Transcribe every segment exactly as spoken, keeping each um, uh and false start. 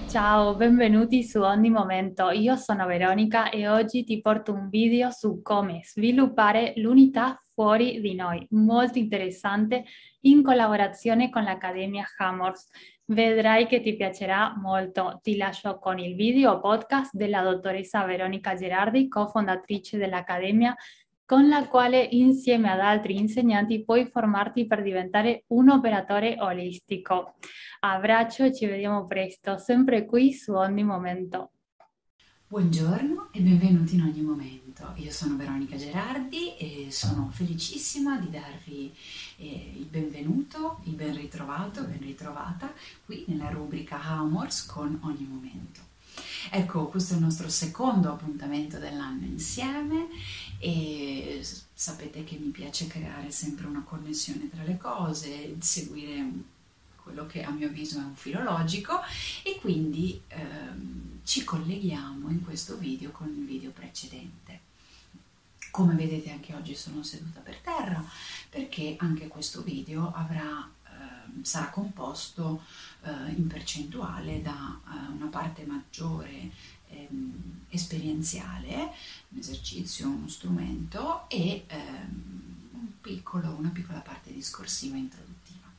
Ciao, benvenuti su Ogni Momento. Io sono Veronica e oggi ti porto un video su come sviluppare l'unità fuori di noi, molto interessante, in collaborazione con l'Accademia Hammers. Vedrai che ti piacerà molto. Ti lascio con il video o podcast della dottoressa Veronica Gerardi, cofondatrice dell'Accademia, con la quale insieme ad altri insegnanti puoi formarti per diventare un operatore olistico. Abbraccio e ci vediamo presto, sempre qui su Ogni Momento. Buongiorno e benvenuti in ogni momento. Io sono Veronica Gerardi e sono felicissima di darvi eh, il benvenuto, il ben ritrovato, ben ritrovata qui nella rubrica Humors con ogni momento. Ecco, questo è il nostro secondo appuntamento dell'anno insieme e sapete che mi piace creare sempre una connessione tra le cose, seguire quello che a mio avviso è un filo logico e quindi ehm, ci colleghiamo in questo video con il video precedente. Come vedete anche oggi sono seduta per terra perché anche questo video avrà, eh, sarà composto eh, in percentuale da eh, una parte maggiore ehm, esperienziale, un esercizio, uno strumento e ehm, un piccolo, una piccola parte discorsiva introduttiva.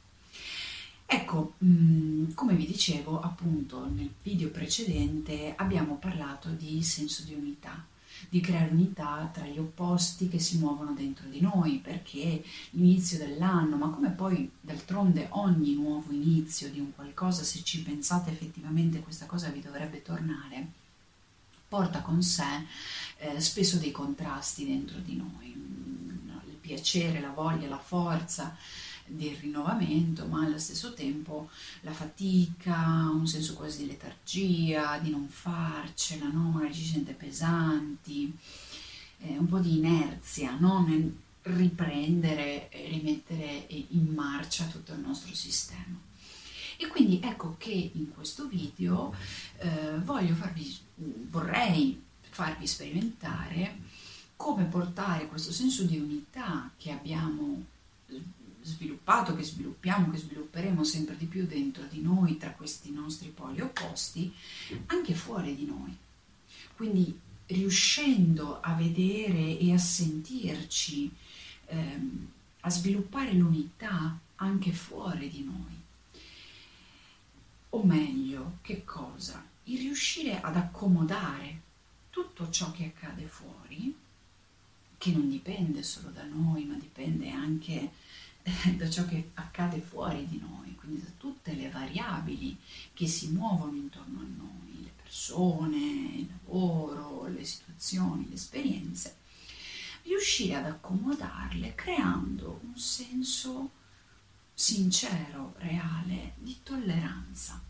Ecco, mh, come vi dicevo appunto nel video precedente abbiamo parlato di senso di unità, di creare unità tra gli opposti che si muovono dentro di noi, perché l'inizio dell'anno, ma come poi d'altronde ogni nuovo inizio di un qualcosa, se ci pensate effettivamente questa cosa vi dovrebbe tornare, porta con sé eh, spesso dei contrasti dentro di noi, il piacere, la voglia, la forza del rinnovamento, ma allo stesso tempo la fatica, un senso quasi di letargia, di non farcela, no? Magari ci si sente pesanti, eh, un po' di inerzia, no? Nel riprendere e rimettere in marcia tutto il nostro sistema. E quindi ecco che in questo video eh, voglio farvi, vorrei farvi sperimentare come portare questo senso di unità che abbiamo sviluppato, che sviluppiamo, che svilupperemo sempre di più dentro di noi, tra questi nostri poli opposti, anche fuori di noi. Quindi riuscendo a vedere e a sentirci, ehm, a sviluppare l'unità anche fuori di noi. O meglio, che cosa? Il riuscire ad accomodare tutto ciò che accade fuori, che non dipende solo da noi, ma dipende anche da ciò che accade fuori di noi, quindi da tutte le variabili che si muovono intorno a noi, le persone, il lavoro, le situazioni, le esperienze, riuscire ad accomodarle creando un senso sincero, reale, di tolleranza,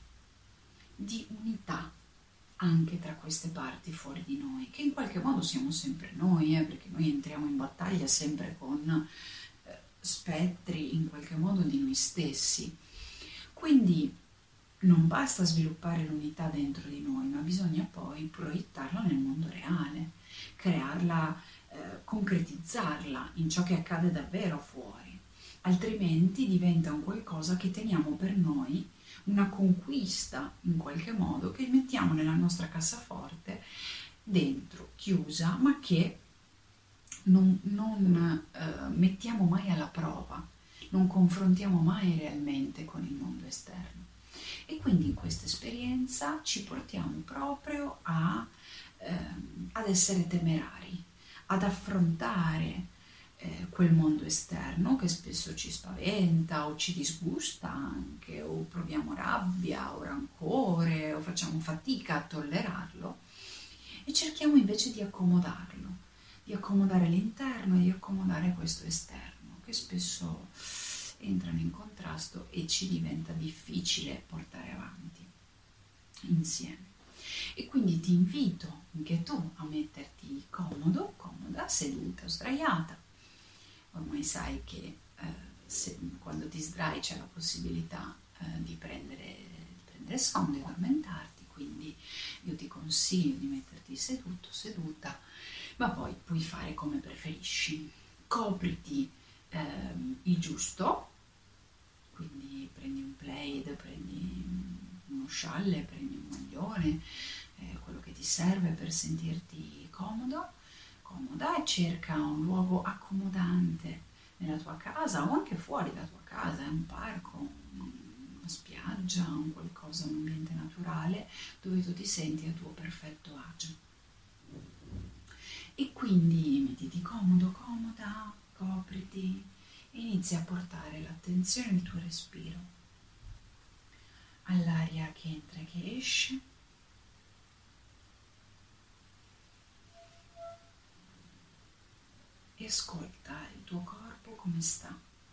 di unità anche tra queste parti fuori di noi, che in qualche modo siamo sempre noi, eh, perché noi entriamo in battaglia sempre con eh, spettri in qualche modo di noi stessi. Quindi non basta sviluppare l'unità dentro di noi, ma bisogna poi proiettarla nel mondo reale, crearla, eh, concretizzarla in ciò che accade davvero fuori. Altrimenti diventa un qualcosa che teniamo per noi, una conquista in qualche modo che mettiamo nella nostra cassaforte dentro, chiusa, ma che non, non eh, mettiamo mai alla prova, non confrontiamo mai realmente con il mondo esterno. E quindi in questa esperienza ci portiamo proprio a, ehm, ad essere temerari, ad affrontare eh, quel mondo esterno che spesso ci spaventa o ci disgusta anche, o proviamo rabbia o rancore o facciamo fatica a tollerarlo e cerchiamo invece di accomodarlo, di accomodare l'interno e di accomodare questo esterno che spesso entrano in contrasto e ci diventa difficile portare avanti insieme. E quindi ti invito anche tu a metterti comodo, comoda, seduta o sdraiata. Ormai sai che eh, se, quando ti sdrai c'è la possibilità eh, di, prendere, di prendere sonno, di addormentarti, quindi io ti consiglio di metterti seduto, seduta, ma poi puoi fare come preferisci. Copriti ehm, il giusto, quindi prendi un plaid, prendi uno scialle, prendi un posizione, eh, quello che ti serve per sentirti comodo, comoda, e cerca un luogo accomodante nella tua casa o anche fuori da tua casa, un parco, una spiaggia, un qualcosa, un ambiente naturale dove tu ti senti a tuo perfetto agio. E quindi mettiti comodo, comoda, copriti e inizia a portare l'attenzione del tuo respiro all'aria che entra e che esce. E ascolta il tuo corpo come sta.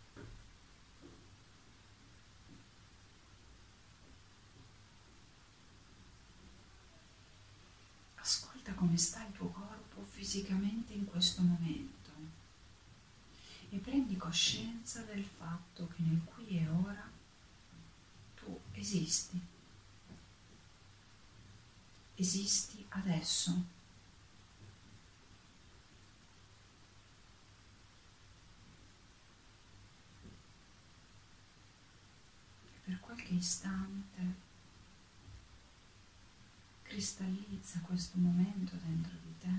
Ascolta come sta il tuo corpo fisicamente in questo momento e prendi coscienza del fatto che nel qui e ora tu esisti. Esisti adesso. Per qualche istante cristallizza questo momento dentro di te.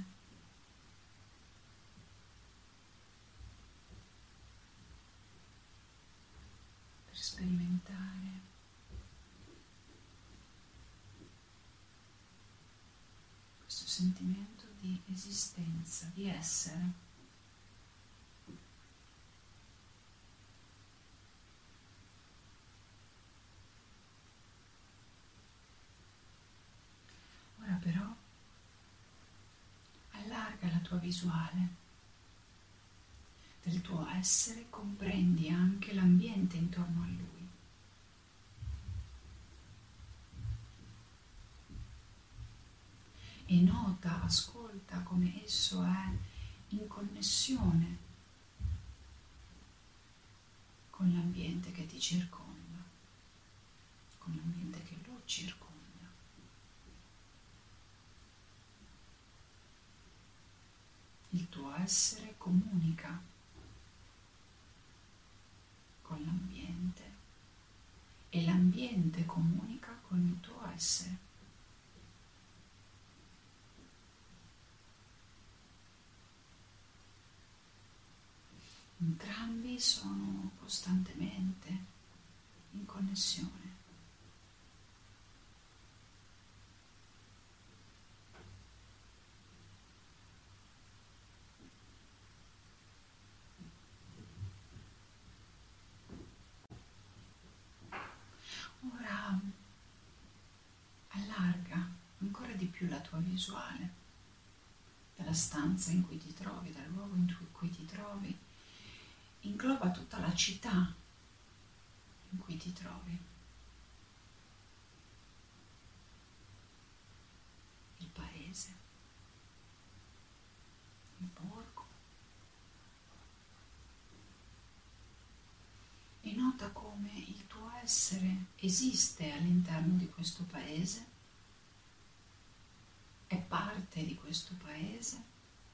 Per sperimentare questo sentimento di esistenza, di essere. Ora però allarga la tua visuale del tuo essere, comprendi anche l'ambiente intorno a lui. E nota, ascolta come esso è in connessione con l'ambiente che ti circonda, con l'ambiente che lo circonda. Il tuo essere comunica con l'ambiente e l'ambiente comunica con il tuo essere. Entrambi sono costantemente in connessione. Ora allarga ancora di più la tua visuale dalla stanza in cui ti trovi, dal luogo in cui ti trovi. Ingloba tutta la città in cui ti trovi, il paese, il borgo, e nota come il tuo essere esiste all'interno di questo paese, è parte di questo paese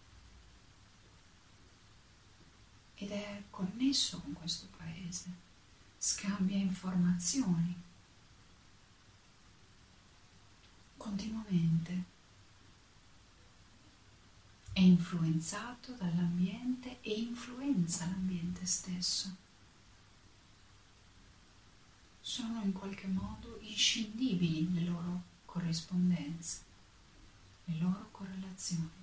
ed è connesso con questo paese, scambia informazioni continuamente, è influenzato dall'ambiente e influenza l'ambiente stesso. Sono in qualche modo inscindibili le loro corrispondenze, le loro correlazioni.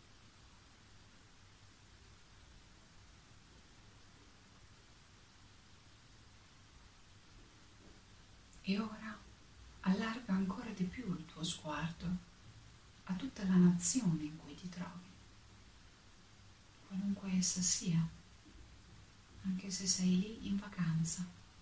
E ora allarga ancora di più il tuo sguardo a tutta la nazione in cui ti trovi, qualunque essa sia, anche se sei lì in vacanza.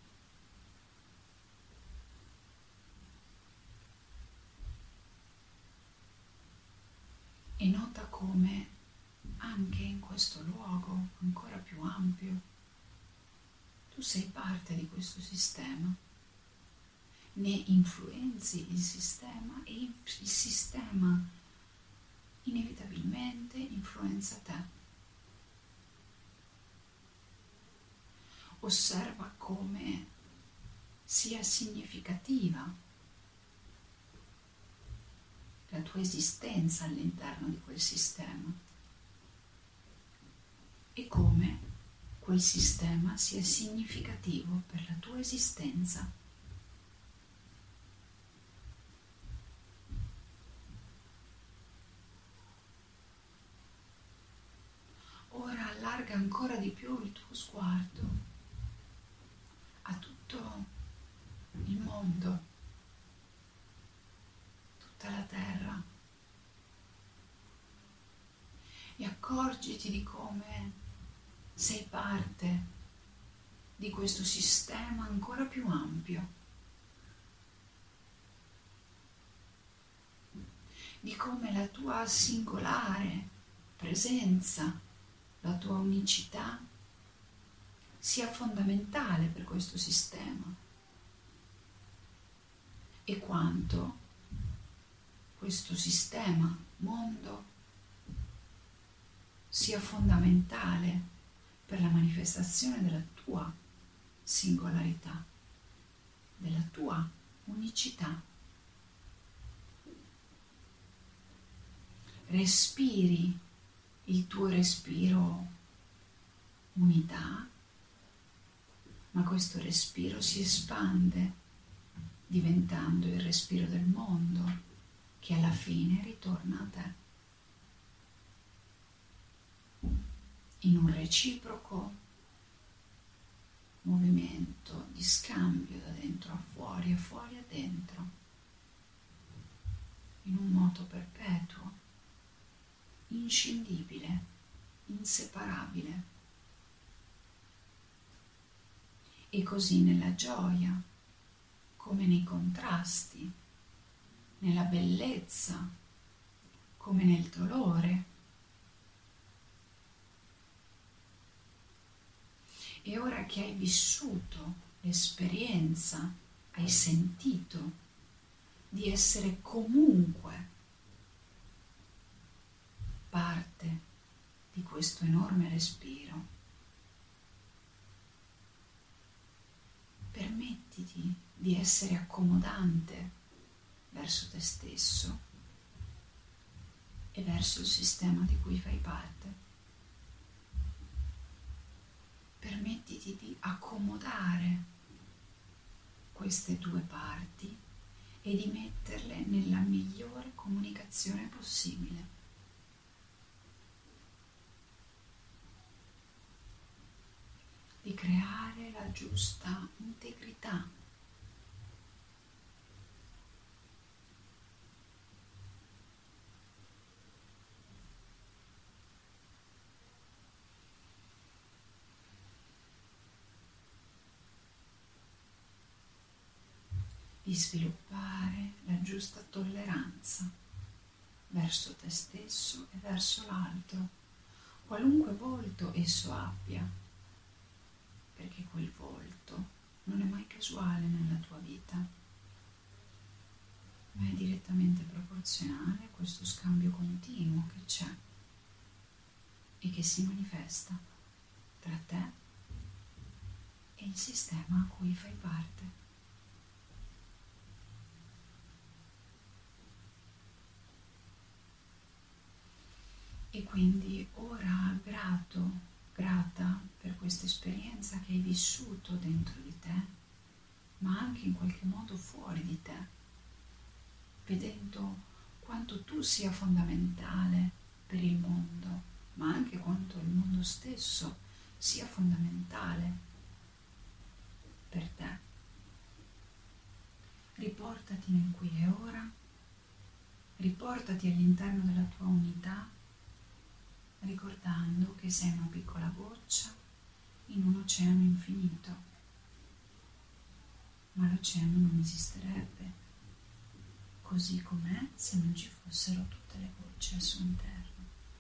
E nota come anche in questo luogo ancora più ampio tu sei parte di questo sistema. Ne influenzi il sistema e il sistema inevitabilmente influenza te. Osserva come sia significativa tua esistenza all'interno di quel sistema e come quel sistema sia significativo per la tua esistenza. Ora allarga ancora di più il tuo sguardo a tutto il mondo, tutta la terra, e accorgiti di come sei parte di questo sistema ancora più ampio, di come la tua singolare presenza, la tua unicità sia fondamentale per questo sistema e quanto questo sistema, mondo, sia fondamentale per la manifestazione della tua singolarità, della tua unicità. Respiri il tuo respiro unità, ma questo respiro si espande, diventando il respiro del mondo, che alla fine ritorna a te. In un reciproco movimento di scambio da dentro a fuori e fuori a dentro, in un moto perpetuo, inscindibile, inseparabile. E così nella gioia, come nei contrasti, nella bellezza, come nel dolore. E ora che hai vissuto l'esperienza, hai sentito di essere comunque parte di questo enorme respiro, permettiti di essere accomodante verso te stesso e verso il sistema di cui fai parte. Permettiti di accomodare queste due parti e di metterle nella migliore comunicazione possibile. Di creare la giusta integrità. Di sviluppare la giusta tolleranza verso te stesso e verso l'altro, qualunque volto esso abbia, perché quel volto non è mai casuale nella tua vita, ma è direttamente proporzionale a questo scambio continuo che c'è e che si manifesta tra te e il sistema a cui fai parte. E quindi ora grato, grata per questa esperienza che hai vissuto dentro di te, ma anche in qualche modo fuori di te, vedendo quanto tu sia fondamentale per il mondo, ma anche quanto il mondo stesso sia fondamentale per te. Riportati nel qui e ora, riportati all'interno della tua unità, ricordando che sei una piccola goccia in un oceano infinito, ma l'oceano non esisterebbe così com'è se non ci fossero tutte le gocce al suo interno.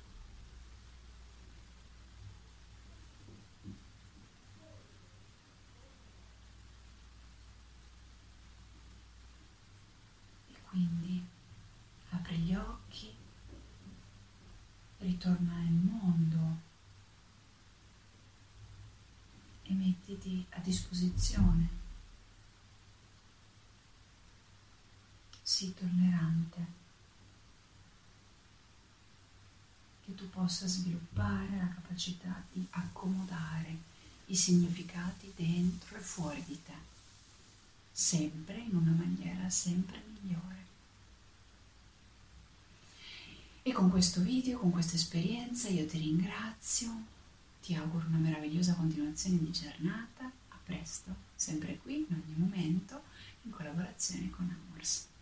E quindi apri gli occhi, ritorna nel mondo e mettiti a disposizione. Sii tollerante che tu possa sviluppare la capacità di accomodare i significati dentro e fuori di te, sempre in una maniera sempre migliore. E con questo video, con questa esperienza, io ti ringrazio, ti auguro una meravigliosa continuazione di giornata, a presto, sempre qui, in ogni momento, in collaborazione con Amors.